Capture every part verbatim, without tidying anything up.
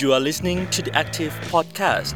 You are listening to the Active Podcast.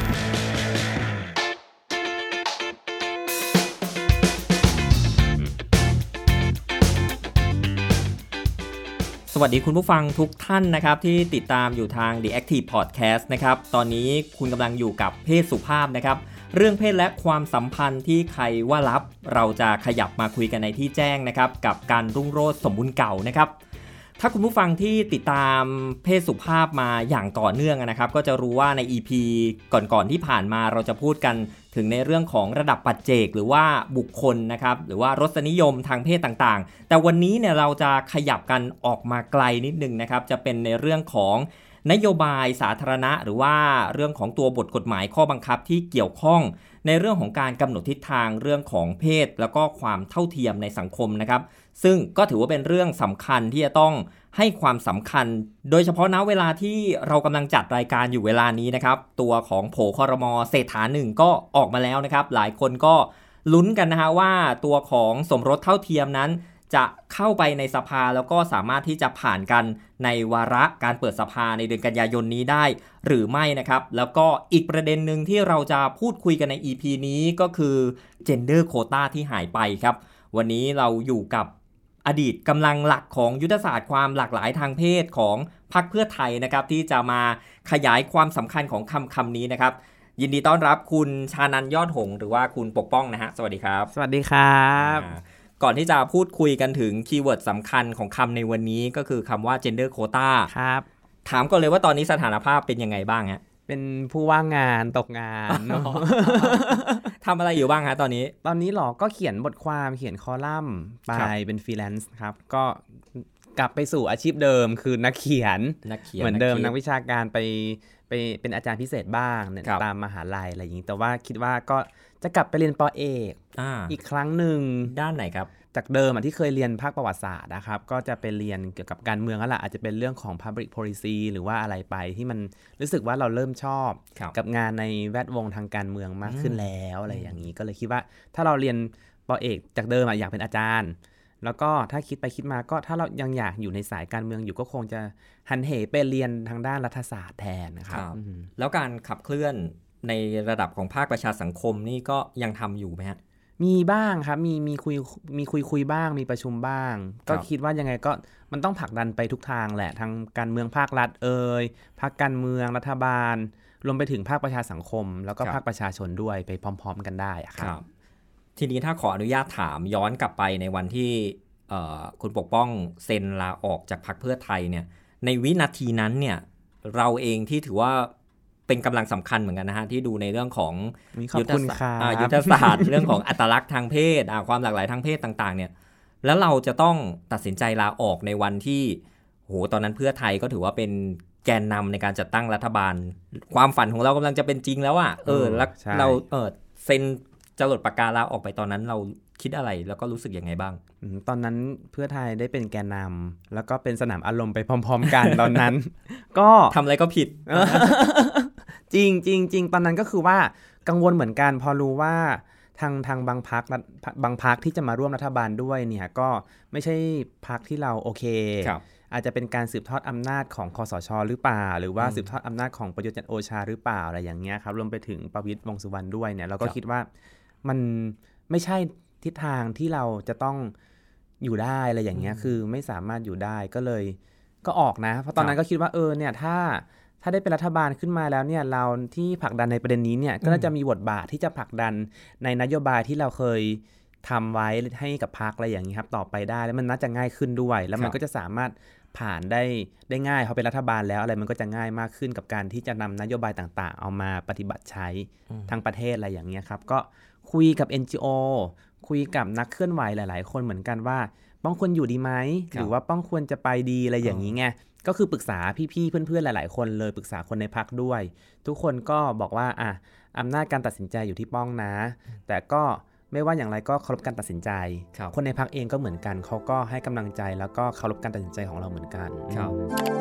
สวัสดีคุณผู้ฟังทุกท่านนะครับที่ติดตามอยู่ทาง The Active Podcast นะครับตอนนี้คุณกำลังอยู่กับเพศสุภาพนะครับเรื่องเพศและความสัมพันธ์ที่ใครว่าลับเราจะขยับมาคุยกันในที่แจ้งนะครับกับการรุ่งโรจน์สมบูรณ์เก่านะครับถ้าคุณผู้ฟังที่ติดตามเพศสุภาพมาอย่างต่อเนื่องนะครับก็จะรู้ว่าใน อี พี ก่อนๆที่ผ่านมาเราจะพูดกันถึงในเรื่องของระดับปัจเจกหรือว่าบุคคลนะครับหรือว่ารสนิยมทางเพศต่างๆแต่วันนี้เนี่ยเราจะขยับกันออกมาไกลนิดนึงนะครับจะเป็นในเรื่องของนโยบายสาธารณะหรือว่าเรื่องของตัวบทกฎหมายข้อบังคับที่เกี่ยวข้องในเรื่องของการกำหนดทิศทางเรื่องของเพศแล้วก็ความเท่าเทียมในสังคมนะครับซึ่งก็ถือว่าเป็นเรื่องสำคัญที่จะต้องให้ความสำคัญโดยเฉพาะณเวลาที่เรากำลังจัดรายการอยู่เวลานี้นะครับตัวของโผครม.เศรษฐาหนึ่งก็ออกมาแล้วนะครับหลายคนก็ลุ้นกันนะฮะว่าตัวของสมรสเท่าเทียมนั้นจะเข้าไปในสภาแล้วก็สามารถที่จะผ่านกันในวาระการเปิดสภาในเดือนกันยายนนี้ได้หรือไม่นะครับแล้วก็อีกประเด็นหนึ่งที่เราจะพูดคุยกันใน อี พี นี้ก็คือ gender quota ที่หายไปครับวันนี้เราอยู่กับอดีตกำลังหลักของยุทธศาสตร์ความหลากหลายทางเพศของพรรคเพื่อไทยนะครับที่จะมาขยายความสำคัญของคำคำนี้นะครับยินดีต้อนรับคุณชานันท์ยอดหงส์หรือว่าคุณปกป้องนะฮะสวัสดีครับสวัสดีครับก่อนที่จะพูดคุยกันถึงคีย์เวิร์ดสำคัญของคำในวันนี้ก็คือคำว่า gender quota ครับถามก่อนเลยว่าตอนนี้สถานภาพเป็นยังไงบ้างฮะเป็นผู้ว่างงานตกงานทำอะไรอยู่บ้างฮะตอนนี้ตอนนี้หรอก็เขียนบทความเขียนคอลัมน์ไปเป็นฟรีแลนซ์ครับก็กลับไปสู่อาชีพเดิมคือนักเขียนเหมือนเดิมนักวิชาการไปไปเป็นอาจารย์พิเศษบ้างตามมหาลัยอะไรอย่างนี้แต่ว่าคิดว่าก็จะกลับไปเรียนป.เอกอ่าอีกครั้งหนึ่งด้านไหนครับจากเดิมที่เคยเรียนภาคประวัติศาสตร์นะครับก็จะไปเรียนเกี่ยวกับการเมืองแล้วล่ะอาจจะเป็นเรื่องของ Public Policy หรือว่าอะไรไปที่มันรู้สึกว่าเราเริ่มชอบกับงานในแวดวงทางการเมืองมากขึ้นแล้วอะไรอย่างนี้ก็เลยคิดว่าถ้าเราเรียนป.เอกจากเดิมอยากเป็นอาจารย์แล้วก็ถ้าคิดไปคิดมาก็ถ้าเรายังอยากอยู่ในสายการเมืองอยู่ก็คงจะหันเหไปเรียนทางด้านรัฐศาสตร์แทนนะครับแล้วการขับเคลื่อนในระดับของภาคประชาสังคมนี่ก็ยังทำอยู่ไหมฮะมีบ้างครับมีมีคุยมีคุยคุยบ้างมีประชุมบ้างก็คิดว่ายังไงก็มันต้องผลักดันไปทุกทางแหละทางการเมืองภาครัฐเอ่ยภาคการเมืองรัฐบาลรวมไปถึงภาคประชาสังคมแล้วก็ภาคประชาชนด้วยไปพร้อมๆกันได้ครับทีนี้ถ้าขออนุญาตถามย้อนกลับไปในวันที่คุณปกป้องเซ็นลาออกจากพรรคเพื่อไทยเนี่ยในวินาทีนั้นเนี่ยเราเองที่ถือว่าเป็นกำลังสำคัญเหมือนกันนะฮะที่ดูในเรื่องของยุทธศาสตร์ยุทธศาสตร์ เรื่องของอัตลักษณ์ทางเพศความหลากหลายทางเพศต่างๆเนี่ยแล้วเราจะต้องตัดสินใจลาออกในวันที่โหตอนนั้นเพื่อไทยก็ถือว่าเป็นแกนนำในการจัดตั้งรัฐบาลความฝันของเรากำลังจะเป็นจริงแล้วอ่ะเออแล้วเราเออเซ็นจรดปากกาลาออกไปตอนนั้นเราคิดอะไรแล้วก็รู้สึกยังไงบ้างตอนนั้นเพื่อไทยได้เป็นแกนนำแล้วก็เป็นสนามอารมณ์ไปพร้อมๆกัน ตอนนั้นก็ทำอะไรก็ผิดจริงจริงจริงตอนนั้นก็คือว่ากังวลเหมือนกันพอรู้ว่าทางทางบางพรรคบางพรรคที่จะมาร่วมรัฐบาลด้วยเนี่ยก็ไม่ใช่พรรคที่เราโอเคอาจจะเป็นการสืบทอดอำนาจของคสช.หรือเปล่าหรือว่าสืบทอดอำนาจของประยุทธ์จันทร์โอชาหรือเปล่าอะไรอย่างเงี้ยครับรวมไปถึงประวิตรวงษ์สุวรรณด้วยเนี่ยเราก็คิดว่ามันไม่ใช่ทิศทางที่เราจะต้องอยู่ได้อะไรอย่างเงี้ยคือไม่สามารถอยู่ได้ก็เลยก็ออกนะเพราะตอนนั้นก็คิดว่าเออเนี่ยถ้าถ้าได้เป็นรัฐบาลขึ้นมาแล้วเนี่ยเราที่ผลักดันในประเด็นนี้เนี่ยก็น่าจะมีบทบาทที่จะผลักดันในนโยบายที่เราเคยทำไว้ให้กับพรรคอะไรอย่างนี้ครับต่อไปได้แล้วมันน่าจะง่ายขึ้นด้วยแล้วมันก็จะสามารถผ่านได้ได้ง่ายพอเป็นรัฐบาลแล้วอะไรมันก็จะง่ายมากขึ้นกับการที่จะนำนโยบายต่างๆเอามาปฏิบัติใช้ทั้งประเทศอะไรอย่างเงี้ยครับก็คุยกับ เอ็น จี โอ คุยกับนักเคลื่อนไหวหลายๆคนเหมือนกันว่าป้องควรอยู่ดีไหมหรือว่าป้องควรจะไปดีอะไรอย่างนี้ไงก็คือปรึกษาพี่ๆเพื่อนๆหลายๆคนเลยปรึกษาคนในพรรคด้วยทุกคนก็บอกว่าอ่ะอำนาจการตัดสินใจอยู่ที่ป้องนะแต่ก็ไม่ว่าอย่างไรก็เคารพการตัดสินใจ ค, คนในพรรคเองก็เหมือนกันเขาก็ให้กำลังใจแล้วก็เคารพการตัดสินใจของเราเหมือนกันครับ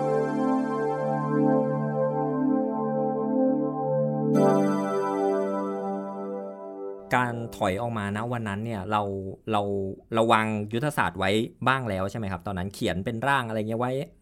การถอยออกมานะวันนั้นเนี่ยเราเราระวังยุทธศาสตร์ไว้บ้างแล้วใช่ไหมครับตอนนั้นเขียนเป็นร่างอะไรเงี้ยไว้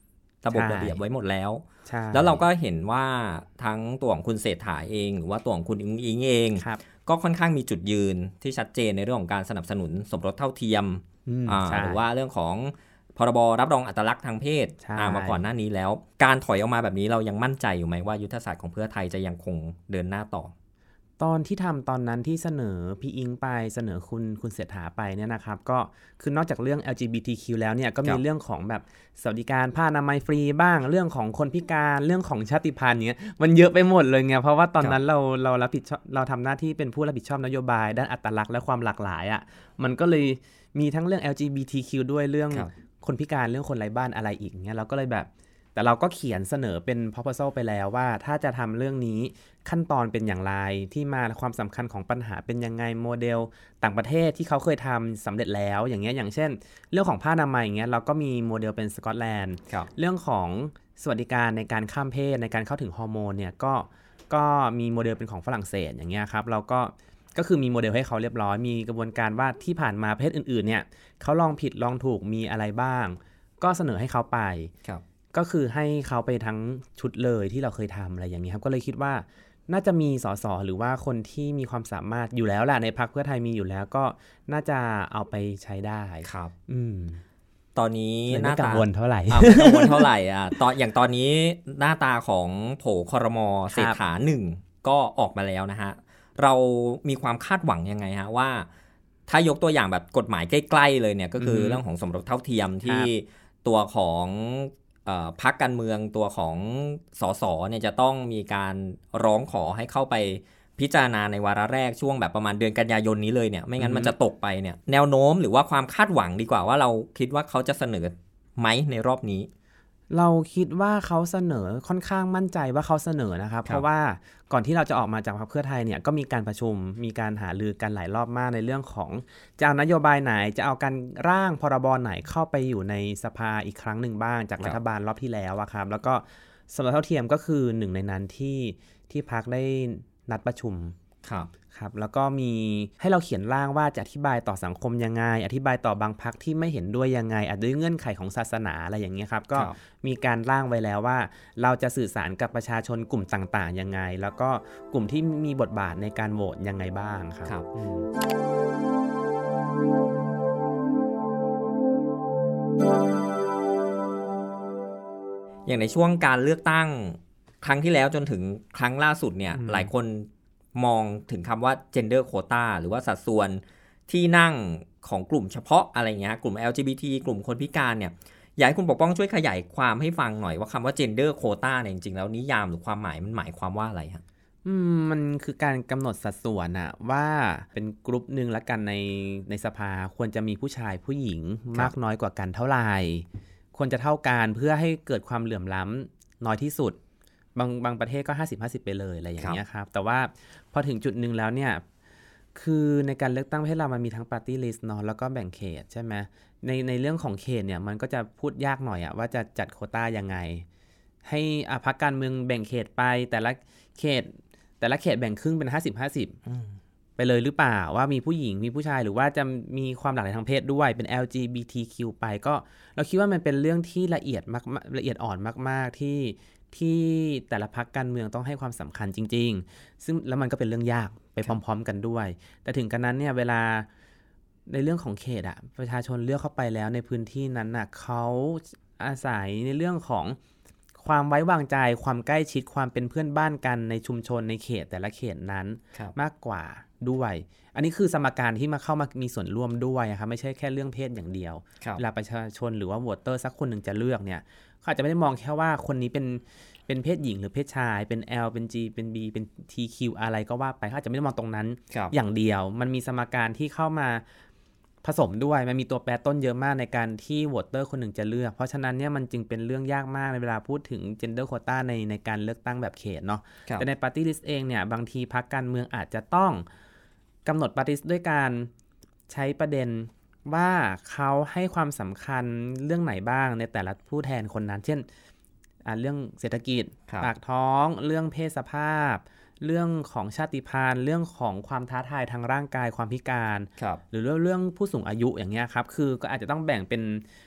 ระบบระเบียบไว้หมดแล้วใช่แล้วเราก็เห็นว่าทั้งตัวของคุณเศรษฐาเองหรือว่าตัวของคุณอิงอิงเองก็ค่อนข้างมีจุดยืนที่ชัดเจนในเรื่องของการสนับสนุนสมรสเท่าเทียมหรือว่าเรื่องของพรบรับรองอัตลักษณ์ทางเพศมาก่อนหน้านี้แล้วการถอยออกมาแบบนี้เรายังมั่นใจอยู่ไหมว่ายุทธศาสตร์ของเพื่อไทยจะยังคงเดินหน้าต่อตอนที่ทำตอนนั้นที่เสนอพี่อิงไปเสนอคุณคุณเศรษฐาไปเนี่ยนะครับก็คือนอกจากเรื่อง แอล จี บี ที คิว แล้วเนี่ยก็มีเรื่องของแบบสวัสดิการผ้าอนามัยฟรีบ้างเรื่องของคนพิการเรื่องของชาติพันธุ์เงี้ยมันเยอะไปหมดเลยไงเพราะว่าตอนนั้นเราเรารับผิดชอบเราทำหน้าที่เป็นผู้รับผิดชอบนโยบายด้านอัตลักษณ์และความหลากหลายอ่ะมันก็เลยมีทั้งเรื่อง แอล จี บี ที คิว ด้วยเรื่องคนพิการเรื่องคนไร้บ้านอะไรอีกเงี้ยเราก็เลยแบบแต่เราก็เขียนเสนอเป็น proposal ไปแล้วว่าถ้าจะทำเรื่องนี้ขั้นตอนเป็นอย่างไรที่มาความสำคัญของปัญหาเป็นยังไงโมเดลต่างประเทศที่เขาเคยทำสำเร็จแล้วอย่างเงี้ยอย่างเช่นเรื่องของผ้าอนามัยอย่างเงี้ยเราก็มีโมเดลเป็นสกอตแลนด์เรื่องของสวัสดิการในการข้ามเพศในการเข้าถึงฮอร์โมนเนี่ยก็ก็มีโมเดลเป็นของฝรั่งเศสอย่างเงี้ยครับเราก็ก็คือมีโมเดลให้เขาเรียบร้อยมีกระบวนการว่าที่ผ่านมาประเทศอื่นๆเนี่ยเขาลองผิดลองถูกมีอะไรบ้างก็เสนอให้เขาไปก็คือให้เขาไปทั้งชุดเลยที่เราเคยทำอะไรอย่างนี้ครับก็เลยคิดว่าน่าจะมีสสหรือว่าคนที่มีความสามารถอยู่แล้วแหละในพรรคเพื่อไทยมีอยู่แล้วก็น่าจะเอาไปใช้ได้ครับอืมตอนนี้หน้าตากังวลเท่าไหร่ไม่กังวลเท่าไหร่อ่ะตอนอย่างตอนนี้หน้าตาของโผครม.เศรษฐาหนึ่งก็ออกมาแล้วนะฮะเรามีความคาดหวังยังไงฮะว่าถ้ายกตัวอย่างแบบกฎหมายใกล้ๆเลยเนี่ยก็คือเรื่องของสมรสเท่าเทียมที่ตัวของพรรคการเมืองตัวของสสเนี่ยจะต้องมีการร้องขอให้เข้าไปพิจารณาในวาระแรกช่วงแบบประมาณเดือนกันยายนนี้เลยเนี่ยไม่งั้นมันจะตกไปเนี่ยแนวโน้มหรือว่าความคาดหวังดีกว่าว่าเราคิดว่าเขาจะเสนอไหมในรอบนี้เราคิดว่าเขาเสนอค่อนข้างมั่นใจว่าเขาเสนอนะครับเพราะว่าก่อนที่เราจะออกมาจากพรรคเพื่อไทยเนี่ยก็มีการประชุมมีการหารือกันหลายรอบมากในเรื่องของจะเอานโยบายไหนจะเอาการร่างพรบไหนเข้าไปอยู่ในสภาอีกครั้งหนึ่งบ้างจากรัฐบาลรอบที่แล้วอะครับแล้วก็สมรสเท่าเทียมก็คือหนึ่งในนั้นที่ที่พรรคได้นัดประชุมครับครับแล้วก็มีให้เราเขียนร่างว่าจะอธิบายต่อสังคมยังไงอธิบายต่อบางพรรคที่ไม่เห็นด้วยยังไงอาจด้วยเงื่อนไขของศาสนาอะไรอย่างเงี้ยครับก็มีการร่างไว้แล้วว่าเราจะสื่อสารกับประชาชนกลุ่มต่างๆยังไงแล้วก็กลุ่มที่มีบทบาทในการโหวตยังไงบ้างครับครับอย่างในช่วงการเลือกตั้งครั้งที่แล้วจนถึงครั้งล่าสุดเนี่ยหลายคนมองถึงคำว่า gender quota หรือว่าสัดส่วนที่นั่งของกลุ่มเฉพาะอะไรเงี้ยกลุ่ม แอล จี บี ที กลุ่มคนพิการเนี่ยอยากให้คุณปกป้องช่วยขยายความให้ฟังหน่อยว่าคำว่า gender quota เนี่ยจริงๆแล้วนิยามหรือความหมายมันหมายความว่าอะไรครับอืมมันคือการกำหนดสัดส่วนอะว่าเป็นกลุ่มนึงละกันในในสภาควรจะมีผู้ชายผู้หญิงมากน้อยกว่ากันเท่าไหร่ควรจะเท่ากันเพื่อให้เกิดความเหลื่อมล้ำน้อยที่สุดบางบางประเทศก็ ห้าสิบ ห้าสิบ ไปเลยอะไรอย่างเงี้ยครับแต่ว่าพอถึงจุดนึงแล้วเนี่ยคือในการเลือกตั้งประเทศเรามันมีทั้ง Party List เนาะแล้วก็แบ่งเขตใช่ไหมในในเรื่องของเขตเนี่ยมันก็จะพูดยากหน่อยอะว่าจะจัดโควต้ายังไงให้อ่ะพรรคการเมืองแบ่งเขตไปแต่ละเขตแต่ละเขตแบ่งครึ่งเป็น ห้าสิบ ห้าสิบ ไปเลยหรือเปล่าว่ามีผู้หญิงมีผู้ชายหรือว่าจะมีความหลากหลายทางเพศด้วยเป็น แอล จี บี ที คิว ไปก็เราคิดว่ามันเป็นเรื่องที่ละเอียดมากละเอียดอ่อนมากๆที่ที่แต่ละพรรคการเมืองต้องให้ความสำคัญจริงๆซึ่งแล้วมันก็เป็นเรื่องยากไปพร้อมๆกันด้วยแต่ถึงกันนั้นเนี่ยเวลาในเรื่องของเขตอะประชาชนเลือกเข้าไปแล้วในพื้นที่นั้นน่ะเขาอาศัยในเรื่องของความไว้วางใจความใกล้ชิดความเป็นเพื่อนบ้านกันในชุมชนในเขตแต่ละเขตนั้นมากกว่าด้วยอันนี้คือสมการที่มาเข้ามามีส่วนร่วมด้วยครับไม่ใช่แค่เรื่องเพศอย่างเดียวเวลาประชาชนหรือว่าโหวตเตอร์สักคนหนึ่งจะเลือกเนี่ยเขาอาจจะไม่ได้มองแค่ว่าคนนี้เป็นเป็นเพศหญิงหรือเพศชายเป็น L เป็น G เป็น B เป็น ที คิว อะไรก็ว่าไปเขาอาจจะไม่ได้มองตรงนั้นอย่างเดียวมันมีสมการที่เข้ามาผสมด้วยมันมีตัวแปรต้นเยอะมากในการที่โหวตเตอร์คนหนึ่งจะเลือกเพราะฉะนั้นเนี่ยมันจึงเป็นเรื่องยากมากในเวลาพูดถึง gender quota ในในการเลือกตั้งแบบเขตเนาะแต่ใน party list เองเนี่ยบางทีพรรคการเมืองอาจจะต้องกำหนด party list ด้วยการใช้ประเด็นว่าเขาให้ความสำคัญเรื่องไหนบ้างในแต่ละผู้แทนคนนั้นเช่นเรื่องเศรษฐกิจปากท้องเรื่องเพศสภาพเรื่องของชาติพันธุ์เรื่องของความท้าทายทางร่างกายความพิการหรือเรื่องผู้สูงอายุอย่างเงี้ยครับคือก็อาจจะต้องแบ่งเป็น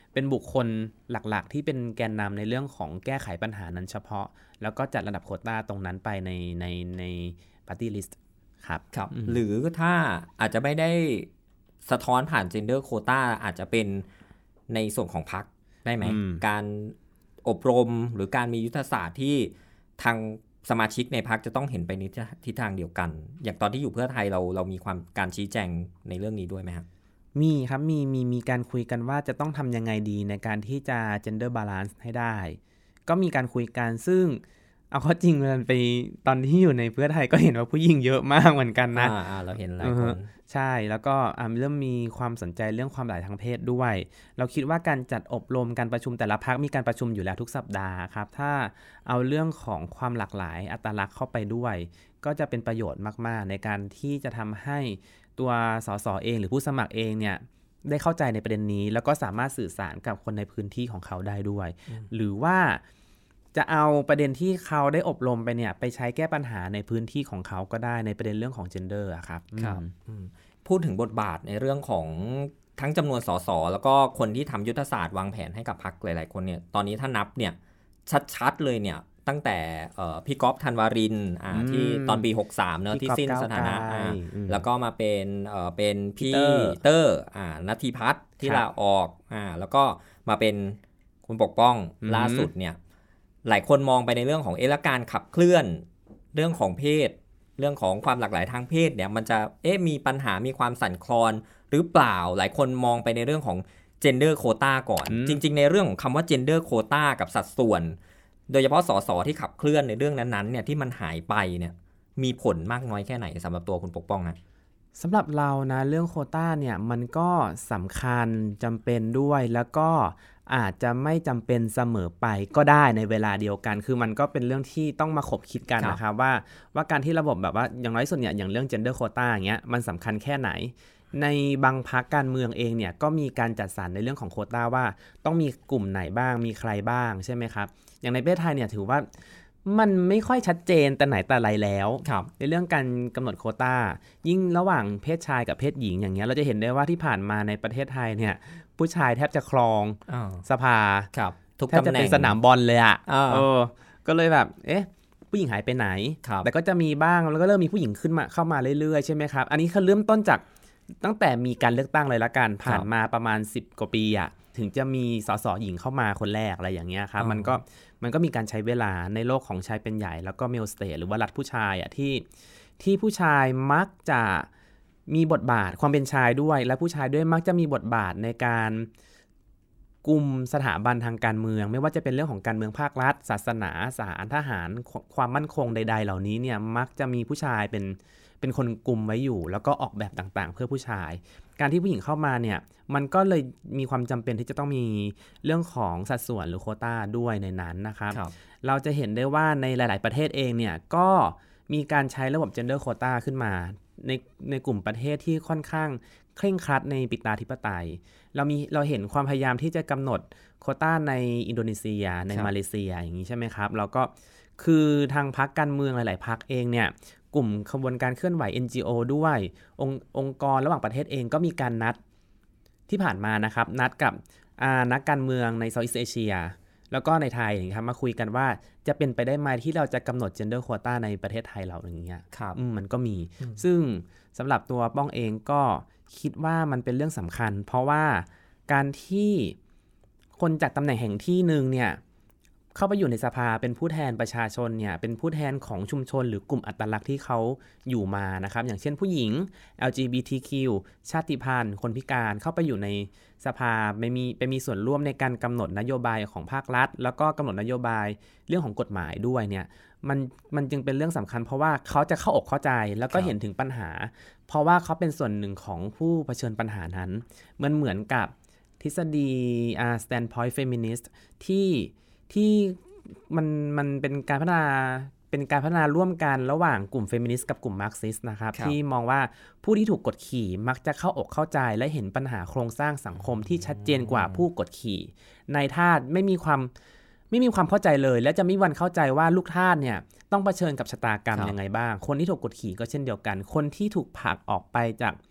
เป็นบุคคลหลักๆที่เป็นแกนนำในเรื่องของแก้ไขปัญหานั้นเฉพาะแล้วก็จัดระดับโควต้าตรงนั้นไปในในใน party list ครับครับหรือถ้าอาจจะไม่ได้สะท้อนผ่าน gender quota อาจจะเป็นในส่วนของพรรคได้ไหมการอบรมหรือการมียุทธศาสตร์ที่ทางสมาชิกในพรรคจะต้องเห็นไปในทิศทางเดียวกันอย่างตอนที่อยู่เพื่อไทยเราเรามีความการชี้แจงในเรื่องนี้ด้วยไหมครับมีครับมีมีมีการคุยกันว่าจะต้องทำยังไงดีในการที่จะ gender balance ให้ได้ก็มีการคุยกันซึ่งเอาเข้าจริงมันไปตอนที่อยู่ในเพื่อไทยก็เห็นว่าผู้หญิงเยอะมากเหมือนกันนะอ่าเราเห็นหลายคนใช่แล้วก็เริ่มมีความสนใจเรื่องความหลากหลายทางเพศด้วยเราคิดว่าการจัดอบรมการประชุมแต่ละพรรคมีการประชุมอยู่แล้วทุกสัปดาห์ครับถ้าเอาเรื่องของความหลากหลายอัตลักษณ์เข้าไปด้วยก็จะเป็นประโยชน์มากๆในการที่จะทำให้ตัวสสเองหรือผู้สมัครเองเนี่ยได้เข้าใจในประเด็นนี้แล้วก็สามารถสื่อสารกับคนในพื้นที่ของเขาได้ด้วยหรือว่าจะเอาประเด็นที่เขาได้อบรมไปเนี่ยไปใช้แก้ปัญหาในพื้นที่ของเขาก็ได้ในประเด็นเรื่องของ gender อะครับครับพูดถึงบทบาทในเรื่องของทั้งจำนวนสสแล้วก็คนที่ทำยุทธศาสตร์วางแผนให้กับพรรคหลายๆคนเนี่ยตอนนี้ถ้านับเนี่ยชัดๆเลยเนี่ยตั้งแต่พี่ก๊อฟธันวารินทร์ที่ตอนปีหกสามเนอะที่สิ้นสถานะแล้วก็มาเป็นเป็นพี่เตอร์ณัฐิพัฒน์ที่ลาออกแล้วก็มาเป็นคุณปกป้องล่าสุดเนี่ยหลายคนมองไปในเรื่องของเอละการขับเคลื่อนเรื่องของเพศเรื่องของความหลากหลายทางเพศเนี่ยมันจะเอ๊ะมีปัญหามีความสั่นคลอนหรือเปล่าหลายคนมองไปในเรื่องของ gender quota ก่อนจริงๆในเรื่องของคำว่า gender quota กับสัดส่วนโดยเฉพาะสสที่ขับเคลื่อนในเรื่องนั้นๆเนี่ยที่มันหายไปเนี่ยมีผลมากน้อยแค่ไหนสำหรับตัวคุณปกป้องฮะสำหรับเรานะเรื่องโควต้าเนี่ยมันก็สำคัญจำเป็นด้วยแล้วก็อาจจะไม่จำเป็นเสมอไปก็ได้ในเวลาเดียวกันคือมันก็เป็นเรื่องที่ต้องมาขบคิดกันนะครับว่าว่าการที่ระบบแบบว่าอย่างน้อยสุดเนี่ยอย่างเรื่อง gender quota อย่างเงี้ยมันสำคัญแค่ไหนในบางพรรคการเมืองเองเนี่ยก็มีการจัดสรรในเรื่องของโควต้าว่าต้องมีกลุ่มไหนบ้างมีใครบ้างใช่ไหมครับอย่างในประเทศไทยเนี่ยถือว่ามันไม่ค่อยชัดเจนแต่ไหนแต่ไรแล้วในเรื่องการกำหนดโควต้ายิ่งระหว่างเพศชายกับเพศหญิงอย่างเงี้ยเราจะเห็นได้ว่าที่ผ่านมาในประเทศไทยเนี่ยผู้ชายแทบจะครองสภาแทบจะเป็นสนามบอลเลยอ่ะเออก็เลยแบบเอ๊ะผู้หญิงหายไปไหนแต่ก็จะมีบ้างแล้วก็เริ่มมีผู้หญิงขึ้นมาเข้ามาเรื่อยๆใช่ไหมครับอันนี้คือเริ่มต้นจากตั้งแต่มีการเลือกตั้งเลยละกันผ่านมาประมาณสิบกว่าปีอ่ะถึงจะมีสสหญิงเข้ามาคนแรกอะไรอย่างเงี้ยครับมันก็มันก็มีการใช้เวลาในโลกของชายเป็นใหญ่แล้วก็เมลสเตทหรือว่ารัฐผู้ชายอ่ะที่ที่ผู้ชายมักจะมีบทบาทความเป็นชายด้วยและผู้ชายด้วยมักจะมีบทบาทในการกุมสถาบันทางการเมืองไม่ว่าจะเป็นเรื่องของการเมืองภาครัฐศาสนาศาลทหารความมั่นคงใดๆเหล่านี้เนี่ยมักจะมีผู้ชายเป็นเป็นคนกุมไว้อยู่แล้วก็ออกแบบต่างๆเพื่อผู้ชายการที่ผู้หญิงเข้ามาเนี่ยมันก็เลยมีความจำเป็นที่จะต้องมีเรื่องของสัดส่วนหรือโควต้าด้วยในนั้นนะครับรบเราจะเห็นได้ว่าในหลายๆประเทศเองเนี่ยก็มีการใช้ระบบ gender quota ขึ้นมาในในกลุ่มประเทศที่ค่อนข้างเคร่งครัดในปิตาธิปไตยเรามีเราเห็นความพยายามที่จะกำหนดโควต้าในอินโดนีเซียในมาเลเซียอย่างนี้ใช่ไหมครับแล้วก็คือทางพรรคการเมืองหลายๆพรรคเองเนี่ยกลุ่มขบวนการเคลื่อนไหว เอ็น จี โอ ด้วยองค์องค์กรระหว่างประเทศเองก็มีการนัดที่ผ่านมานะครับนัดกับนักการเมืองในเซาท์อีสต์เอเชียแล้วก็ในไทยนะครับมาคุยกันว่าจะเป็นไปได้ไหมที่เราจะกำหนด gender quota ในประเทศไทยเราอย่างเงี้ยครับมันก็มีซึ่งสำหรับตัวป้องเองก็คิดว่ามันเป็นเรื่องสำคัญเพราะว่าการที่คนจากตำแหน่งแห่งที่หนึ่งเนี่ยเข้าไปอยู่ในสภาเป็นผู้แทนประชาชนเนี่ยเป็นผู้แทนของชุมชนหรือกลุ่มอัตลักษณ์ที่เขาอยู่มานะครับอย่างเช่นผู้หญิง แอล จี บี ที คิว ชาติพันธุ์คนพิการเข้าไปอยู่ในสภาไปมีไปมีส่วนร่วมในการกำหนดนโยบายของภาครัฐแล้วก็กำหนดนโยบายเรื่องของกฎหมายด้วยเนี่ยมันมันจึงเป็นเรื่องสำคัญเพราะว่าเขาจะเข้าอกเข้าใจแล้วก็เห็นถึงปัญหาเพราะว่าเขาเป็นส่วนหนึ่งของผู้เผชิญปัญหานั้นมันเหมือนกับทฤษฎี standpoint feminist ที่ที่มันมันเป็นการพัฒนาเป็นการพัฒนาร่วมกันระหว่างกลุ่มเฟมินิสต์กับกลุ่มมาร์กซิสต์นะครับที่มองว่าผู้ที่ถูกกดขี่มักจะเข้าอกเข้าใจและเห็นปัญหาโครงสร้างสังคมที่ชัดเจนกว่าผู้กดขี่นายทาสไม่มีความไม่มีความเข้าใจเลยและจะไม่มีวันเข้าใจว่าลูกทาสเนี่ยต้องเผชิญกับชะตากรรมยังไงบ้างคนที่ถูกกดขี่ก็เช่นเดียวกันคนที่ถูกผลักออกไปจาก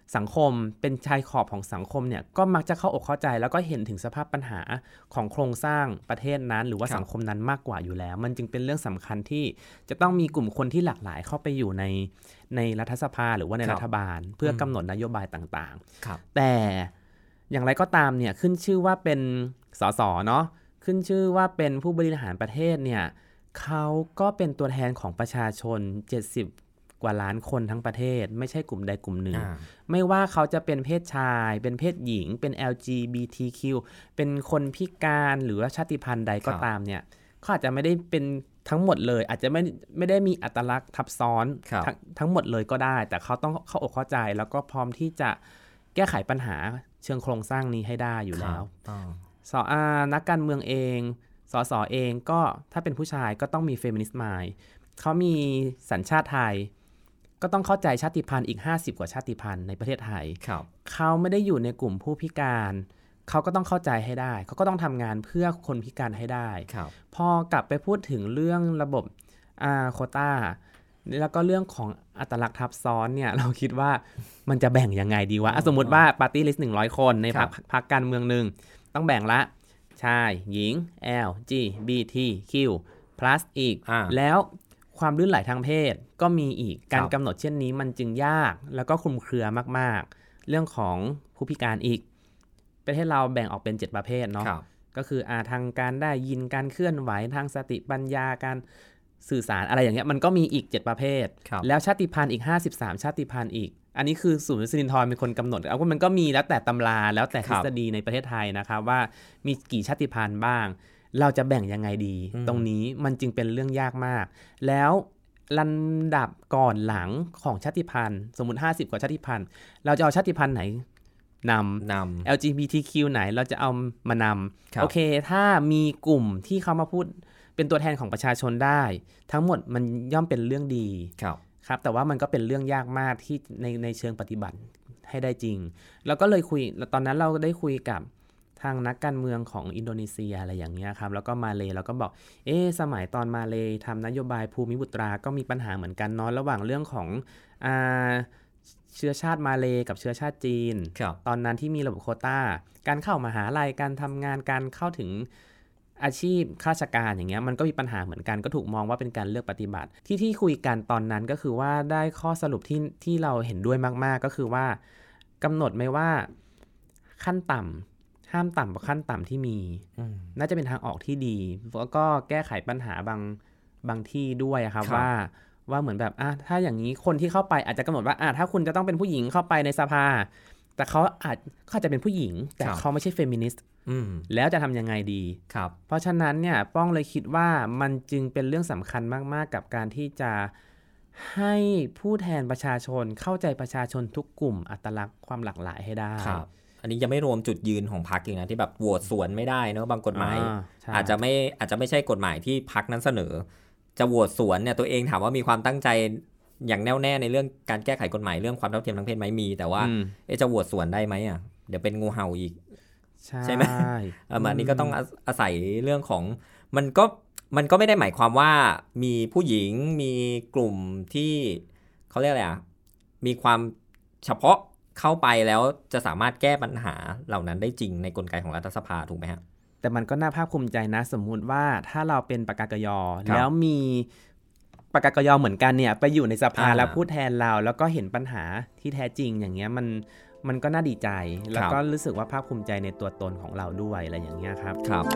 สังคมเป็นชายขอบของสังคมเนี่ยก็มักจะเข้าอกเข้าใจแล้วก็เห็นถึงสภาพปัญหาของโครงสร้างประเทศนั้นหรือว่าสังคมนั้นมากกว่าอยู่แล้วมันจึงเป็นเรื่องสำคัญที่จะต้องมีกลุ่มคนที่หลากหลายเข้าไปอยู่ในในรัฐสภาหรือว่าในรัฐบาลเพื่อกำหนดนโยบายต่างๆแต่อย่างไรก็ตามเนี่ยขึ้นชื่อว่าเป็นสสเนาะขึ้นชื่อว่าเป็นผู้บริหารประเทศเนี่ยเขาก็เป็นตัวแทนของประชาชนเจ็ดสิบกว่าล้านคนทั้งประเทศไม่ใช่กลุ่มใดกลุ่มหนึ่งไม่ว่าเขาจะเป็นเพศชายเป็นเพศหญิงเป็น แอล จี บี ที คิว เป็นคนพิการหรือว่าชาติพันธุ์ใดก็ตามเนี่ยเขาอาจจะไม่ได้เป็นทั้งหมดเลยอาจจะไม่ไม่ได้มีอัตลักษณ์ทับซ้อนททั้งหมดเลยก็ได้แต่เขาต้องเข้าอกเข้าใจแล้วก็พร้อมที่จะแก้ไขปัญหาเชิงโครงสร้างนี้ให้ได้อยู่แล้วสอนักการเมืองเองสสเองก็ถ้าเป็นผู้ชายก็ต้องมีเฟมินิสต์มายเขามีสัญชาติไทยก็ต้องเข้าใจชาติพันธุ์อีกห้าสิบกว่าชาติพันธุ์ในประเทศไทยเขาไม่ได้อยู่ในกลุ่มผู้พิการเขาก็ต้องเข้าใจให้ได้เขาก็ต้องทำงานเพื่อคนพิการให้ได้พอกลับไปพูดถึงเรื่องระบบอ่าโควต้าแล้วก็เรื่องของอัตลักษณ์ทับซ้อนเนี่ยเราคิดว่ามันจะแบ่งยังไงดีวะสมมุติว่าปาร์ตี้ลิสต์หนึ่งร้อยคนในพรรคพรรคการเมืองนึงต้องแบ่งละชายหญิง แอล จี บี ที คิว plus อีกแล้วความลื่นไหลทางเพศก็มีอีกการกำหนดเช่นนี้มันจึงยากแล้วก็คลุมเครือมากๆเรื่องของผู้พิการอีกประเทศเราแบ่งออกเป็นเจ็ดประเภทเนาะก็คืออาทางการได้ยินการเคลื่อนไหวทางสติปัญญาการสื่อสารอะไรอย่างเงี้ยมันก็มีอีกเจ็ดประเภทแล้วชาติพันธุ์อีกห้าสิบสามชาติพันธุ์อีกอันนี้คือศูนย์สิรินธรเป็นคนกำหนดเอาว่ามันก็มีแล้วแต่ตำราแล้วแต่ทฤษฎีในประเทศไทยนะครับว่ามีกี่ชาติพันธุ์บ้างเราจะแบ่งยังไงดีตรงนี้มันจึงเป็นเรื่องยากมากแล้วลำดับก่อนหลังของชาติพันธุ์สมมุติห้าสิบกว่าชาติพันธุ์เราจะเอาชาติพันธุ์ไหนนำนำ แอล จี บี ที คิว ไหนเราจะเอามานำโอเคถ้ามีกลุ่มที่เขามาพูดเป็นตัวแทนของประชาชนได้ทั้งหมดมันย่อมเป็นเรื่องดีครับครับแต่ว่ามันก็เป็นเรื่องยากมากที่ในในเชิงปฏิบัติให้ได้จริงแล้วก็เลยคุยตอนนั้นเราได้คุยกับทางนักการเมืองของอินโดนีเซียอะไรอย่างเงี้ยครับแล้วก็มาเลเราก็บอกเอ๊ะสมัยตอนมาเลทำนโยบายภูมิบุตราก็มีปัญหาเหมือนกันเนาะระหว่างเรื่องของอ่าเชื้อชาติมาเลกับเชื้อชาติจีนตอนนั้นที่มีระบบโควต้าการเข้ามหาลัยการทำงานการเข้าถึงอาชีพข้าราชการอย่างเงี้ยมันก็มีปัญหาเหมือนกันก็ถูกมองว่าเป็นการเลือกปฏิบัติที่ที่คุยกันตอนนั้นก็คือว่าได้ข้อสรุปที่ที่เราเห็นด้วยมากๆก็คือว่ากำหนดไหมว่าขั้นต่ำห้ามต่ำกว่าขั้นต่ำที่มีน่าจะเป็นทางออกที่ดีแล้วก็แก้ไขปัญหาบางบางที่ด้วยครับว่าว่าเหมือนแบบอ่ะถ้าอย่างนี้คนที่เข้าไปอาจจะกำหนดว่าอ่ะถ้าคุณจะต้องเป็นผู้หญิงเข้าไปในสภาแต่เขาอาจเขาจะเป็นผู้หญิงแต่เขาไม่ใช่เฟมินิสต์แล้วจะทำยังไงดีครับเพราะฉะนั้นเนี่ยป้องเลยคิดว่ามันจึงเป็นเรื่องสำคัญมากๆกับการที่จะให้ผู้แทนประชาชนเข้าใจประชาชนทุกกลุ่มอัตลักษณ์ความหลากหลายให้ได้ครับอันนี้ยังไม่รวมจุดยืนของพรรคอีกนะที่แบบโหวตสวนไม่ได้เนอะบางกฎหมายอาจจะไม่อาจจะไม่ใช่กฎหมายที่พรรคนั้นเสนอจะโหวตสวนเนี่ยตัวเองถามว่ามีความตั้งใจอย่างแน่วแน่ในเรื่องการแก้ไขกฎหมายเรื่องความเท่าเทียมทางเพศไหมมีแต่ว่าเอ๊ะจะโหวตสวนได้ไหมอ่ะเดี๋ยวเป็นงูเห่าอีกใช่ไหมอันนี้ก็ต้องอาศัยเรื่องของมันก็มันก็ไม่ได้หมายความว่ามีผู้หญิงมีกลุ่มที่เขาเรียกอะไรอ่ะมีความเฉพาะเข้าไปแล้วจะสามารถแก้ปัญหาเหล่านั้นได้จริงในกลไกของรัฐสภาถูกไหมฮะแต่มันก็น่าภาคภูมิใจนะสมมุติว่าถ้าเราเป็นปกกย.แล้วมีปกกย.เหมือนกันเนี่ยไปอยู่ในสภาแล้วพูดแทนเราแล้วก็เห็นปัญหาที่แท้จริงอย่างเงี้ยมันมันก็น่าดีใจแล้วก็รู้สึกว่าภาคภูมิใจในตัวตนของเราด้วยอะไรอย่างเงี้ยครับครับ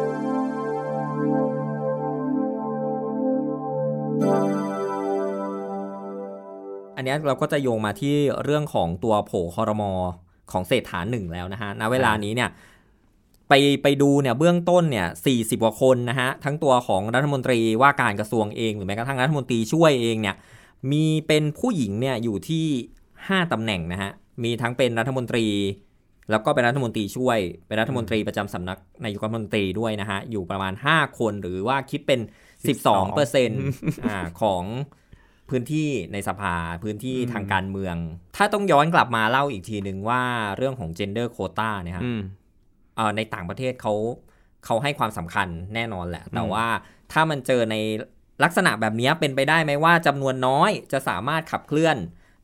อันนี้เราก็จะโยงมาที่เรื่องของตัวโผครม.ของเศรษฐาหนึ่งแล้วนะฮะณเวลานี้เนี่ยไปไปดูเนี่ยเบื้องต้นเนี่ยสี่สิบกว่าคนนะฮะทั้งตัวของรัฐมนตรีว่าการกระทรวงเองหรือแม้กระทั่งรัฐมนตรีช่วยเองเนี่ยมีเป็นผู้หญิงเนี่ยอยู่ที่ห้าตำแหน่งนะฮะมีทั้งเป็นรัฐมนตรีแล้วก็เป็นรัฐมนตรีช่วยเป็นรัฐมนตรีประจำสำนักนายกรัฐมนตรีด้วยนะฮะอยู่ประมาณห้าคนหรือว่าคิดเป็น สิบสองเปอร์เซ็นต์ อ่าของพื้นที่ในสภาพื้นที่ทางการเมืองถ้าต้องย้อนกลับมาเล่าอีกทีนึงว่าเรื่องของ gender quota เนี่ยฮะเอ่อในต่างประเทศเขาเขาให้ความสำคัญแน่นอนแหละแต่ว่าถ้ามันเจอในลักษณะแบบนี้เป็นไปได้ไหมว่าจำนวนน้อยจะสามารถขับเคลื่อน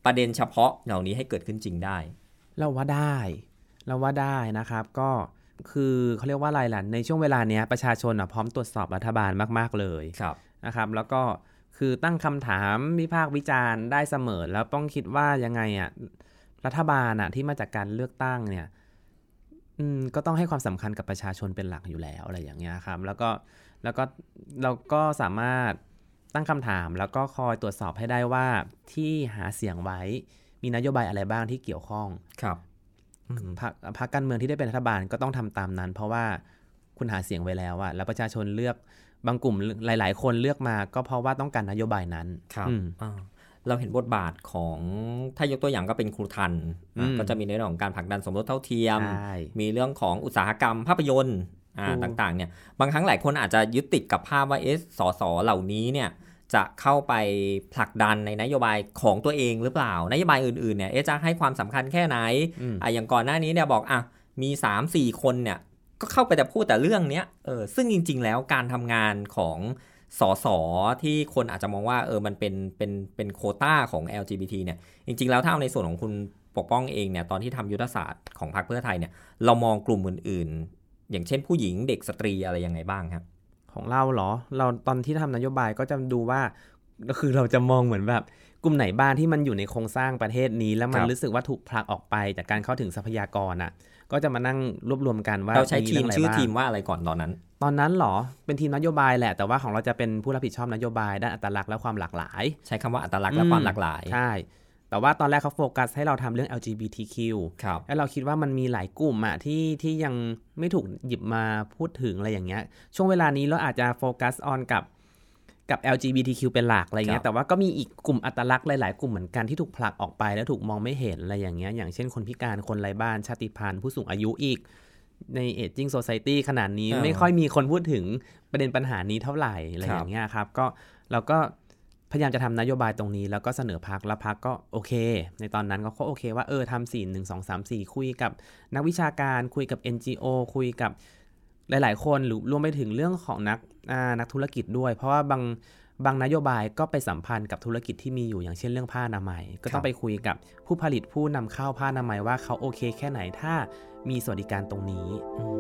ประเด็นเฉพาะเหล่านี้ให้เกิดขึ้นจริงได้เราว่าได้เราว่าได้นะครับก็คือเขาเรียกว่าอะไรล่ะในช่วงเวลาเนี้ยประชาชนพร้อมตรวจสอบรัฐบาลมากๆเลยนะครับแล้วก็คือตั้งคำถามวิพากษ์วิจารณ์ได้เสมอแล้วต้องคิดว่ายังไงอ่ะรัฐบาลอ่ะที่มาจากการเลือกตั้งเนี่ยอืมก็ต้องให้ความสำคัญกับประชาชนเป็นหลักอยู่แล้วอะไรอย่างเงี้ยครับแล้วก็แล้วก็เราก็สามารถตั้งคำถามแล้วก็คอยตรวจสอบให้ได้ว่าที่หาเสียงไว้มีนโยบายอะไรบ้างที่เกี่ยวข้องครับพรรคพรรคการเมืองที่ได้เป็นรัฐบาลก็ต้องทำตามนั้นเพราะว่าคุณหาเสียงไว้แล้วอะแล้วประชาชนเลือกบางกลุ่มหลายๆคนเลือกมาก็เพราะว่าต้องการนโยบายนั้นครับเราเห็นบทบาทของถ้ายกตัวอย่างก็เป็นครูทันก็จะมีในเรื่องของการผลักดันสมรสเท่าเทียมมีเรื่องของอุตสาหกรรมภาพยนตร์ต่างๆเนี่ยบางครั้งหลายคนอาจจะยึดติดกับภาพว่าเอ๊ะสสเหล่านี้เนี่ยจะเข้าไปผลักดันในนโยบายของตัวเองหรือเปล่านโยบายอื่นๆเนี่ยเอ๊ะจะให้ความสำคัญแค่ไหนอ่ะอย่างก่อนหน้านี้เนี่ยบอกอ่ะมี สามสี่ คนเนี่ยก็เข้าไปแต่พูดแต่เรื่องเนี้ยเออซึ่งจริงๆแล้วการทำงานของสสที่คนอาจจะมองว่าเออมันเป็นเป็นเป็นโควต้าของ แอล จี บี ที เนี่ยจริงๆแล้วถ้าเอาในส่วนของคุณปกป้องเองเนี่ยตอนที่ทำยุทธศาสตร์ของพรรคเพื่อไทยเนี่ยเรามองกลุ่มอื่นๆอย่างเช่นผู้หญิงเด็กสตรีอะไรยังไงบ้างครับของเราเหรอเราตอนที่ทำนโยบายก็จะดูว่าก็คือเราจะมองเหมือนแบบกลุ่มไหนบ้างที่มันอยู่ในโครงสร้างประเทศนี้แล้วมันรู้สึกว่าถูกผลักออกไปจากการเข้าถึงทรัพยากรอ่ะก็จะมานั่งรวบรวมกันว่าเราใช้ทีมชื่อทีมว่าอะไรก่อนตอนนั้นตอนนั้นหรอเป็นทีมนโยบายแหละแต่ว่าของเราจะเป็นผู้รับผิดชอบนโยบายด้านอัตลักษณ์และความหลากหลายใช้คำว่าอัตลักษณ์และความหลากหลายใช่แต่ว่าตอนแรกเขาโฟกัสให้เราทำเรื่อง แอล จี บี ที คิว แล้วเราคิดว่ามันมีหลายกลุ่มอะที่ที่ยังไม่ถูกหยิบมาพูดถึงอะไรอย่างเงี้ยช่วงเวลานี้เราอาจจะโฟกัสออนกับกับ แอล จี บี ที คิว เป็นหลักอะไรเงี้ยแต่ว่าก็มีอีกกลุ่มอัตลักษณ์หลายๆกลุ่มเหมือนกันที่ถูกผลักออกไปแล้วถูกมองไม่เห็นอะไรอย่างเงี้ยอย่างเช่นคนพิการคนไร้บ้านชาติพันธุ์ผู้สูงอายุอีกใน Aging Society ขนาดนี้ไม่ค่อยมีคนพูดถึงประเด็นปัญหานี้เท่าไหร่อะไรอย่างเงี้ยครับก็เราก็พยายามจะทำนโยบายตรงนี้แล้วก็เสนอพรรคแล้วพรรคก็โอเคในตอนนั้นก็โอเคว่าเออทำสี่ หนึ่ง สอง สาม สี่คุยกับนักวิชาการคุยกับ เอ็น จี โอ คุยกับหลายๆคนหรือรวมไปถึงเรื่องของนักอ่านักธุรกิจด้วยเพราะว่าบางบางนโยบายก็ไปสัมพันธ์กับธุรกิจที่มีอยู่อย่างเช่นเรื่องผ้าอนามัยก็ต้องไปคุยกับผู้ผลิตผู้นำเข้าผ้าอนามัยว่าเขาโอเคแค่ไหนถ้ามีสวัสดิการตรงนี้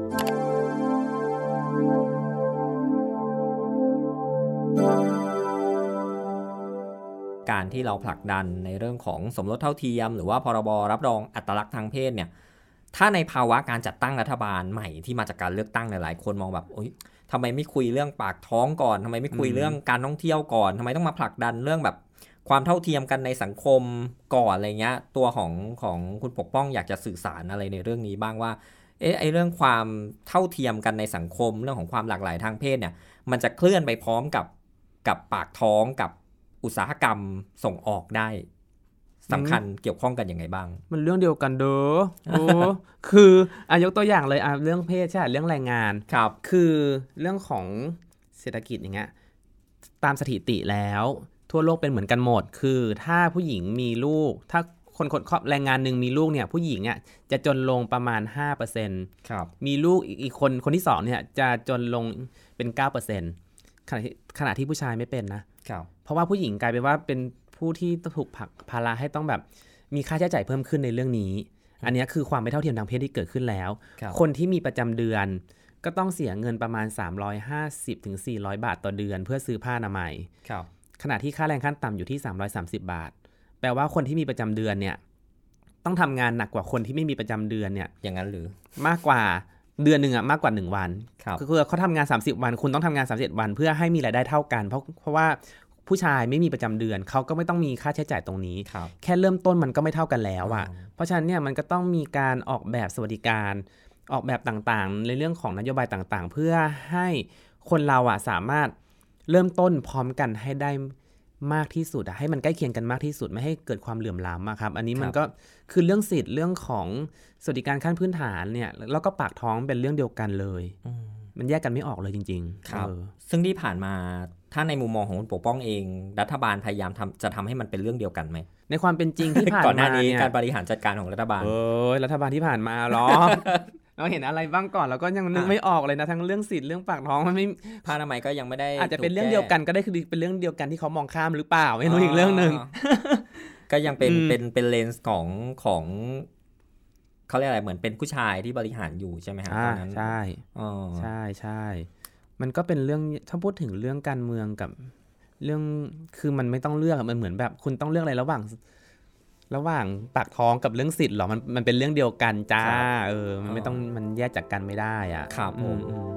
การที่เราผลักดันในเรื่องของสมรสเท่าเทียมหรือว่าพรบรับรองอัตลักษณ์ทางเพศเนี่ยถ้าในภาวะการจัดตั้งรัฐบาลใหม่ที่มาจากการเลือกตั้งหลายๆคนมองแบบโอ๊ยทำไมไม่คุยเรื่องปากท้องก่อนทำไมไม่คุยเรื่องการท่องเที่ยวก่อนทำไมต้องมาผลักดันเรื่องแบบความเท่าเทียมกันในสังคมก่อนอะไรเงี้ยตัวของของคุณปกป้องอยากจะสื่อสารอะไรในเรื่องนี้บ้างว่าเอ๊ะไอเรื่องความเท่าเทียมกันในสังคมเรื่องของความหลากหลายทางเพศเนี่ยมันจะเคลื่อนไปพร้อมกับกับปากท้องกับอุตสาหกรรมส่งออกได้สำคัญเกี่ยวข้องกันยังไงบ้างมันเรื่องเดียวกันเด้อโอ้ คืออ่ะยกตัวอย่างเลยอ่ะเรื่องเพศใช่เรื่องแรงงานครับคือเรื่องของเศรษฐกิจอย่างเงี้ยตามสถิติแล้วทั่วโลกเป็นเหมือนกันหมดคือถ้าผู้หญิงมีลูกถ้าคนคนแรงงานนึงมีลูกเนี่ยผู้หญิงเนี่ยจะจนลงประมาณ ห้าเปอร์เซ็นต์ครับมีลูกอีกคนคนที่สองเนี่ยจะจนลงเป็น เก้าเปอร์เซ็นต์ ขณะที่ขณะที่ผู้ชายไม่เป็นนะครับเพราะว่าผู้หญิงกลายเป็นว่าเป็นผู้ที่ถูกผลักภาระให้ต้องแบบมีค่าใช้จ่ายเพิ่มขึ้นในเรื่องนี้อันนี้คือความไม่เท่าเทียมทางเพศที่เกิดขึ้นแล้ว ค, คนที่มีประจำเดือนก็ต้องเสียเงินประมาณสามร้อยห้าสิบถึงสี่ร้อยบาทต่อเดือนเพื่อซื้อผ้าอนามัยขณะที่ค่าแรงขั้นต่ำอยู่ที่สามร้อยสามสิบบาทแปลว่าคนที่มีประจำเดือนเนี่ยต้องทำงานหนักกว่าคนที่ไม่มีประจำเดือนเนี่ยอย่างนั้นหรือมากกว่าเดือนนึงอ่ะมากกว่าหนึ่งวันก็คือเขาทำงานสามสิบวันคุณต้องทำงานสามสิบเอ็ดวันเพื่อให้มีรายได้เท่ากันเพราะเพราะว่าผู้ชายไม่มีประจำเดือนเขาก็ไม่ต้องมีค่าใช้จ่ายตรงนี้แค่เริ่มต้นมันก็ไม่เท่ากันแล้วอ่ะเพราะฉะนั้นเนี่ยมันก็ต้องมีการออกแบบสวัสดิการออกแบบต่างๆในเรื่องของนโยบายต่างๆเพื่อให้คนเราอ่ะสามารถเริ่มต้นพร้อมกันให้ได้มากที่สุดให้มันใกล้เคียงกันมากที่สุดไม่ให้เกิดความเหลื่อมล้ำครับอันนี้มันก็คือเรื่องสิทธิ์เรื่องของสวัสดิการขั้นพื้นฐานเนี่ยแล้วก็ปากท้องเป็นเรื่องเดียวกันเลยมันแยกกันไม่ออกเลยจริงๆครับซึ่งที่ผ่านมาถ้าในมุมมองของคุณปกป้องเองรัฐบาลพยายามทำจะทำให้มันเป็นเรื่องเดียวกันไหมในความเป็นจริงที่ผ่านมาก่อนหน้านี้การบริหารจัดการของรัฐบาลเออรัฐบาลที่ผ่านมาหรอ เราเห็นอะไรบ้างก่อนเราก็ยังนึกไม่ออกเลยนะทั้งเรื่องสิทธิ์เรื่องปากท้องมันไม่ผ้าอนามัยก็ยังไม่ได้อาจจะเป็นเรื่องเดียวกันก็ได้คือเป็นเรื่องเดียวกันที่เขามองข้ามหรือเปล่าไม่รู้อีกเรื่องนึงก็ยังเป็นเป็นเป็นเลนส์ของของเขาเรียกอะไรเหมือนเป็นผู้ชายที่บริหารอยู่ใช่ไหมครับตอนนั้นใช่อ๋อใช่ใช่มันก็เป็นเรื่องถ้าพูดถึงเรื่องการเมืองกับเรื่องคือมันไม่ต้องเลือกมันเหมือนแบบคุณต้องเลือกอะไรระหว่างระหว่างปากท้องกับเรื่องสิทธิ์หรอมันมันเป็นเรื่องเดียวกันจ้าเออมันไม่ต้องมันแยกจากกันไม่ได้อ่ะครับผม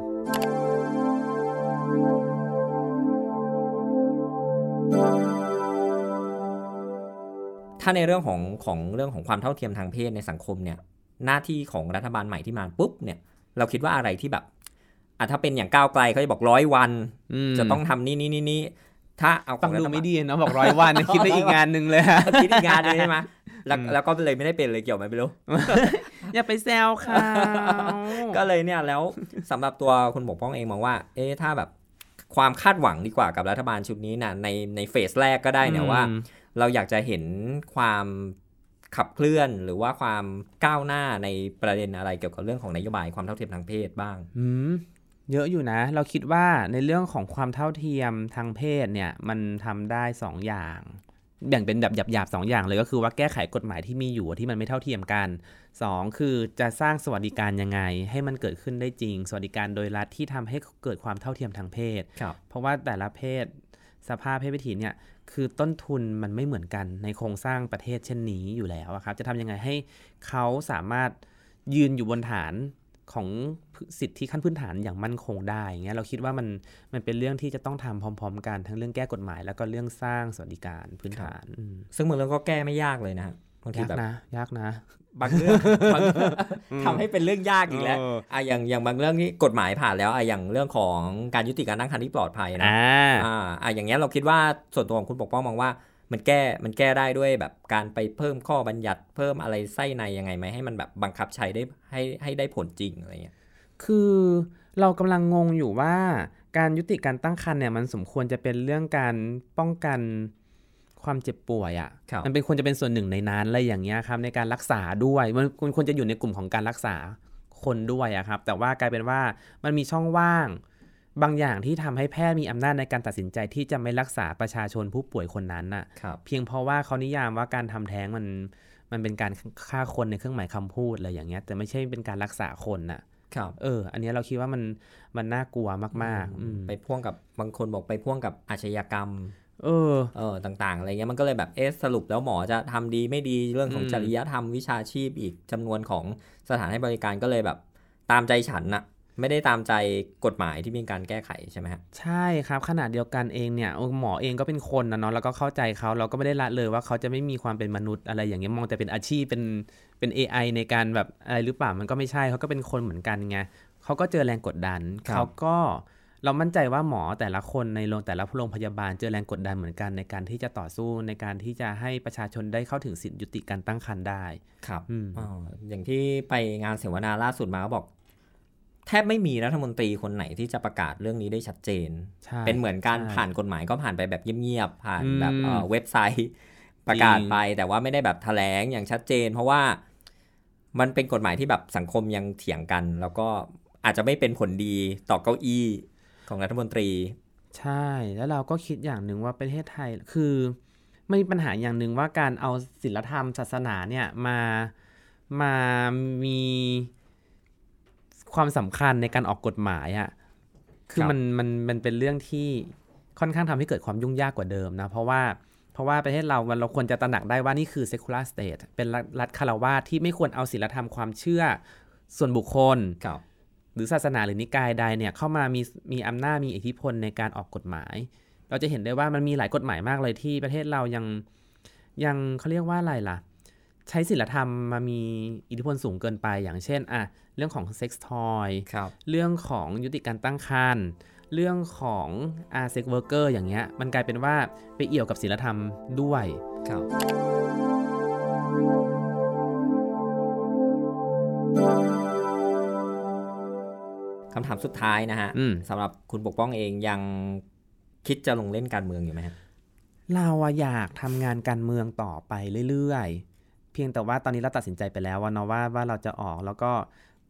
ถ้าในเรื่องของของเรื่องของความเท่าเทียมทางเพศในสังคมเนี่ยหน้าที่ของรัฐบาลใหม่ที่มาปุ๊บเนี่ยเราคิดว่าอะไรที่แบบอ่ะถ้าเป็นอย่างก้าวไกลเขาจะบอกร้อยวันจะต้องทำนี่นี่นี่นี่ถ้าเอาฟังดูไม่ดีเนาะบอกร้อยวันคิดได้อีกงานนึงเลยคิดอีกงานนึงใช่ไหมแล้วแล้วก็เลยไม่ได้เป็นเลยเกี่ยวไหมไม่รู้อย่าไปแซวค่ะก็เลยเนี่ยแล้วสำหรับตัวคุณปกป้องเองมองว่าเอ๊ะถ้าแบบความคาดหวังดีกว่ากับรัฐบาลชุดนี้นะในในเฟสแรกก็ได้เนี่ยว่าเราอยากจะเห็นความขับเคลื่อนหรือว่าความก้าวหน้าในประเด็นอะไรเกี่ยวกับเรื่องของนโยบายความเท่าเทียมทางเพศบ้างอืมเยอะอยู่นะเราคิดว่าในเรื่องของความเท่าเทียมทางเพศเนี่ยมันทำได้สองอย่างแบ่งเป็นแบบหยาบๆสองอย่างเลยก็คือว่าแก้ไขกฎหมายที่มีอยู่ที่มันไม่เท่าเทียมกันสองคือจะสร้างสวัสดิการยังไงให้มันเกิดขึ้นได้จริงสวัสดิการโดยรัฐที่ทำให้เกิดความเท่าเทียมทางเพศเพราะว่าแต่ละเพศสภาพเพศวิถีเนี่ยคือต้นทุนมันไม่เหมือนกันในโครงสร้างประเทศเช่นนี้อยู่แล้วครับจะทำยังไงให้เขาสามารถยืนอยู่บนฐานของสิทธิขั้นพื้นฐานอย่างมั่นคงได้อย่างเงี้ยเราคิดว่ามันมันเป็นเรื่องที่จะต้องทำพร้อมๆกันทั้งเรื่องแก้กฎหมายแล้วก็เรื่องสร้างสวัสดิการพื้นฐานซึ่งบางเรื่องก็แก้ไม่ยากเลยนะบางทีแบบยากนะยากนะบางเรื่องทำให้เป็นเรื่องยากอีกแล้วอ่ะอย่างอย่างบางเรื่องที่กฎหมายผ่านแล้วอ่ะอย่างเรื่องของการยุติการตั้งครรภ์ที่ปลอดภัยนะอ่าอ่ะอย่างเงี้ยเราคิดว่าส่วนตัวของคุณปกป้องมองว่ามันแก้มันแก้ได้ด้วยแบบการไปเพิ่มข้อบัญญัติเพิ่มอะไรไส้ในยังไงไหมให้มันแบบบังคับใช้ได้ให้ให้ได้ผลจริงอะไรเงี้ยคือเรากำลังงงอยู่ว่าการยุติการตั้งครรภ์เนี่ยมันสมควรจะเป็นเรื่องการป้องกันความเจ็บป่วยอ่ะมันเป็นควรจะเป็นส่วนหนึ่งในนั้นอะไรอย่างเงี้ยครับในการรักษาด้วยมันควรจะอยู่ในกลุ่มของการรักษาคนด้วยอะครับแต่ว่ากลายเป็นว่ามันมีช่องว่างบางอย่างที่ทำให้แพทย์มีอำนาจในการตัดสินใจที่จะไม่รักษาประชาชนผู้ป่วยคนนั้นน่ะเพียงเพราะว่าเขานิยามว่าการทำแท้งมันมันเป็นการฆ่าคนในเครื่องหมายคำพูดอะไรอย่างเงี้ยแต่ไม่ใช่เป็นการรักษาคนน่ะเอออันนี้เราคิดว่ามันมันน่ากลัวมากๆไปพ่วงกับบางคนบอกไปพ่วงกับอาชญากรรมเออเออต่างๆอะไรเงี้ยมันก็เลยแบบเอสสรุปแล้วหมอจะทำดีไม่ดีเรื่องของจริยธรรมวิชาชีพอีกจำนวนของสถานให้บริการก็เลยแบบตามใจฉันน่ะไม่ได้ตามใจกฎหมายที่มีการแก้ไขใช่ไหมครับใช่ครับขนาดเดียวกันเองเนี่ยหมอเองก็เป็นคนนะเนาะแล้วก็เข้าใจเขาเราก็ไม่ได้ละเลยว่าเขาจะไม่มีความเป็นมนุษย์อะไรอย่างเงี้ยมองแต่เป็นอาชีพเป็นเป็น เอ ไอ ในการแบบอะไรหรือเปล่ามันก็ไม่ใช่เขาก็เป็นคนเหมือนกันไงเขาก็เจอแรงกดดันเขาก็เรามั่นใจว่าหมอแต่ละคนในโรงแต่ละโรงพยาบาลเจอแรงกดดันเหมือนกันในการที่จะต่อสู้ในการที่จะให้ประชาชนได้เข้าถึงสิทธิยุติการตั้งครรภ์ได้ครับอ๋ออย่างที่ไปงานเสวนาล่าสุดมาก็บอกแทบไม่มีรัฐมนตรีคนไหนที่จะประกาศเรื่องนี้ได้ชัดเจนเป็นเหมือนการผ่านกฎหมายก็ผ่านไปแบบเงียบๆผ่านแบบเว็บไซต์ประกาศไปแต่ว่าไม่ได้แบบแถลงอย่างชัดเจนเพราะว่ามันเป็นกฎหมายที่แบบสังคมยังเถียงกันแล้วก็อาจจะไม่เป็นผลดีต่อเก้าอี้ของรัฐมนตรีใช่แล้วเราก็คิดอย่างหนึ่งว่าประเทศไทยคือไม่มีปัญหาอย่างหนึ่งว่าการเอาศีลธรรมศาสนาเนี่ยมามามีความสำคัญในการออกกฎหมายอ่ะคือมันมันมันเป็นเรื่องที่ค่อนข้างทำให้เกิดความยุ่งยากกว่าเดิมนะเพราะว่าเพราะว่าประเทศเราเราควรจะตระหนักได้ว่านี่คือ secular state เป็นรัฐฆราวาสที่ไม่ควรเอาศีลธรรมความเชื่อส่วนบุคคลหรือศาสนาหรือนิกายใดเนี่ยเข้ามามีมีอำนาจมีอิทธิพลในการออกกฎหมายเราจะเห็นได้ว่ามันมีหลายกฎหมายมากเลยที่ประเทศเรายังยังเขาเรียกว่าอะไรล่ะใช้ศีลธรรมมามีอิทธิพลสูงเกินไปอย่างเช่นอ่ะเรื่องของเซ็กส์ทอยเรื่องของยุติการตั้งครรภ์เรื่องของอาเซ็กเวิร์กเกอร์อย่างเงี้ยมันกลายเป็นว่าไปเอี่ยวกับศีลธรรมด้วยครับคำถามสุดท้ายนะฮะสำหรับคุณปกป้องเองยังคิดจะลงเล่นการเมืองอยู่ไหมครับเราอยากทำงานการเมืองต่อไปเรื่อยๆเพียงแต่ว่าตอนนี้เราตัดสินใจไปแล้วว่าเนาะว่าว่าเราจะออกแล้วก็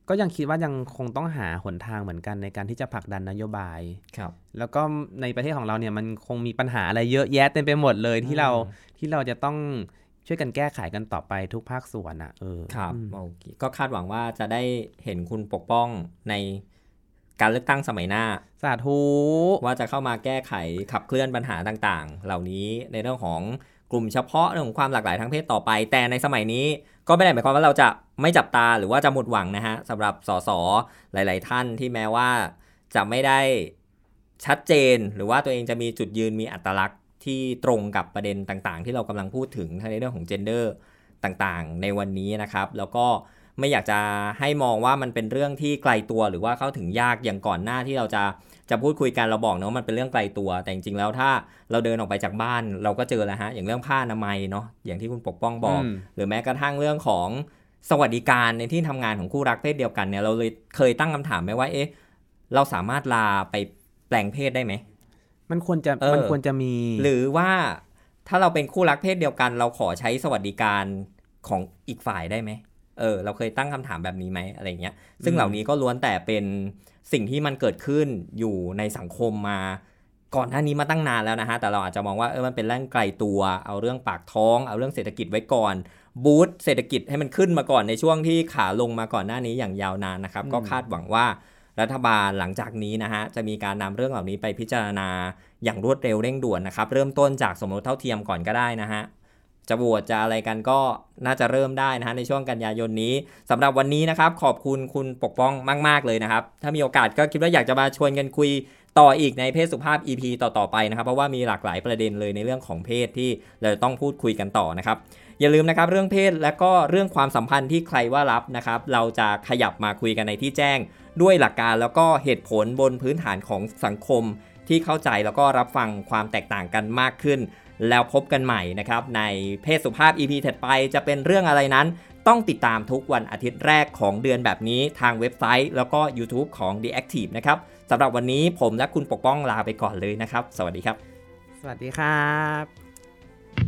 ก็ยังคิดว่ายังคงต้องหาหนทางเหมือนกันในการที่จะผลักดันนโยบายครับแล้วก็ในประเทศของเราเนี่ยมันคงมีปัญหาอะไรเยอะแยะเต็มไปหมดเลยที่เราที่เราจะต้องช่วยกันแก้ไขกันต่อไปทุกภาคส่วนอ่ะเออครับโอเคก็คาดหวังว่าจะได้เห็นคุณปกป้องในการเลือกตั้งสมัยหน้าสาธุว่าจะเข้ามาแก้ไขขับเคลื่อนปัญหาต่างๆเหล่านี้ในเรื่องของกลุ่มเฉพาะเรื่องของความหลากหลายทางเพศต่อไปแต่ในสมัยนี้ก็ไม่ได้หมายความว่าเราจะไม่จับตาหรือว่าจะหมดหวังนะฮะสำหรับสสหลายๆท่านที่แม้ว่าจะไม่ได้ชัดเจนหรือว่าตัวเองจะมีจุดยืนมีอัตลักษณ์ที่ตรงกับประเด็นต่างๆที่เรากำลังพูดถึงในเรื่องของ gender ต่างๆในวันนี้นะครับแล้วก็ไม่อยากจะให้มองว่ามันเป็นเรื่องที่ไกลตัวหรือว่าเข้าถึงยากอย่างก่อนหน้าที่เราจะจะพูดคุยกันเราบอกนะว่ามันเป็นเรื่องไกลตัวแต่จริงๆแล้วถ้าเราเดินออกไปจากบ้านเราก็เจอแล้วฮะอย่างเรื่องผ้าอนามัยเนาะอย่างที่คุณปกป้องบอกหรือแม้กระทั่งเรื่องของสวัสดิการในที่ทำงานของคู่รักเพศเดียวกันเนี่ยเราเลยเคยตั้งคำถามไหมว่าเอ๊ะเราสามารถลาไปแปลงเพศได้ไหมมันควรจะมันควรจะมีหรือว่าถ้าเราเป็นคู่รักเพศเดียวกันเราขอใช้สวัสดิการของอีกฝ่ายได้ไหมเออเราเคยตั้งคำถามแบบนี้ไหมอะไรเงี้ยซึ่งเหล่านี้ก็ล้วนแต่เป็นสิ่งที่มันเกิดขึ้นอยู่ในสังคมมาก่อนหน้านี้มาตั้งนานแล้วนะฮะแต่เราอาจจะมองว่าเออมันเป็นเรื่องไกลตัวเอาเรื่องปากท้องเอาเรื่องเศรษฐกิจไว้ก่อนบูสต์เศรษฐกิจให้มันขึ้นมาก่อนในช่วงที่ขาลงมาก่อนหน้านี้อย่างยาวนานนะครับก็คาดหวังว่ารัฐบาลหลังจากนี้นะฮะจะมีการนำเรื่องเหล่านี้ไปพิจารณาอย่างรวดเร็วเร่งด่วนนะครับเริ่มต้นจากสมรสเท่าเทียมก่อนก็ได้นะฮะจะโหวตจะอะไรกันก็น่าจะเริ่มได้นะฮะในช่วงกันยายนนี้สำหรับวันนี้นะครับขอบคุณคุณปกป้องมากๆเลยนะครับถ้ามีโอกาสก็คิดว่าอยากจะมาชวนกันคุยต่ออีกในเพศสุภาพ อี พี ต่อๆไปนะครับเพราะว่ามีหลากหลายประเด็นเลยในเรื่องของเพศที่เราต้องพูดคุยกันต่อนะครับอย่าลืมนะครับเรื่องเพศและก็เรื่องความสัมพันธ์ที่ใครว่ารับนะครับเราจะขยับมาคุยกันในที่แจ้งด้วยหลักการแล้วก็เหตุผลบนพื้นฐานของสังคมที่เข้าใจแล้วก็รับฟังความแตกต่างกันมากขึ้นแล้วพบกันใหม่นะครับในเพศสุภาพ อี พี ถัดไปจะเป็นเรื่องอะไรนั้นต้องติดตามทุกวันอาทิตย์แรกของเดือนแบบนี้ทางเว็บไซต์แล้วก็ YouTube ของ The Active นะครับสำหรับวันนี้ผมและคุณปกป้องลาไปก่อนเลยนะครับสวัสดีครับสวัสดีครับ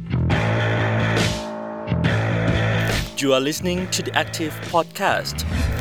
You are listening to The Active Podcast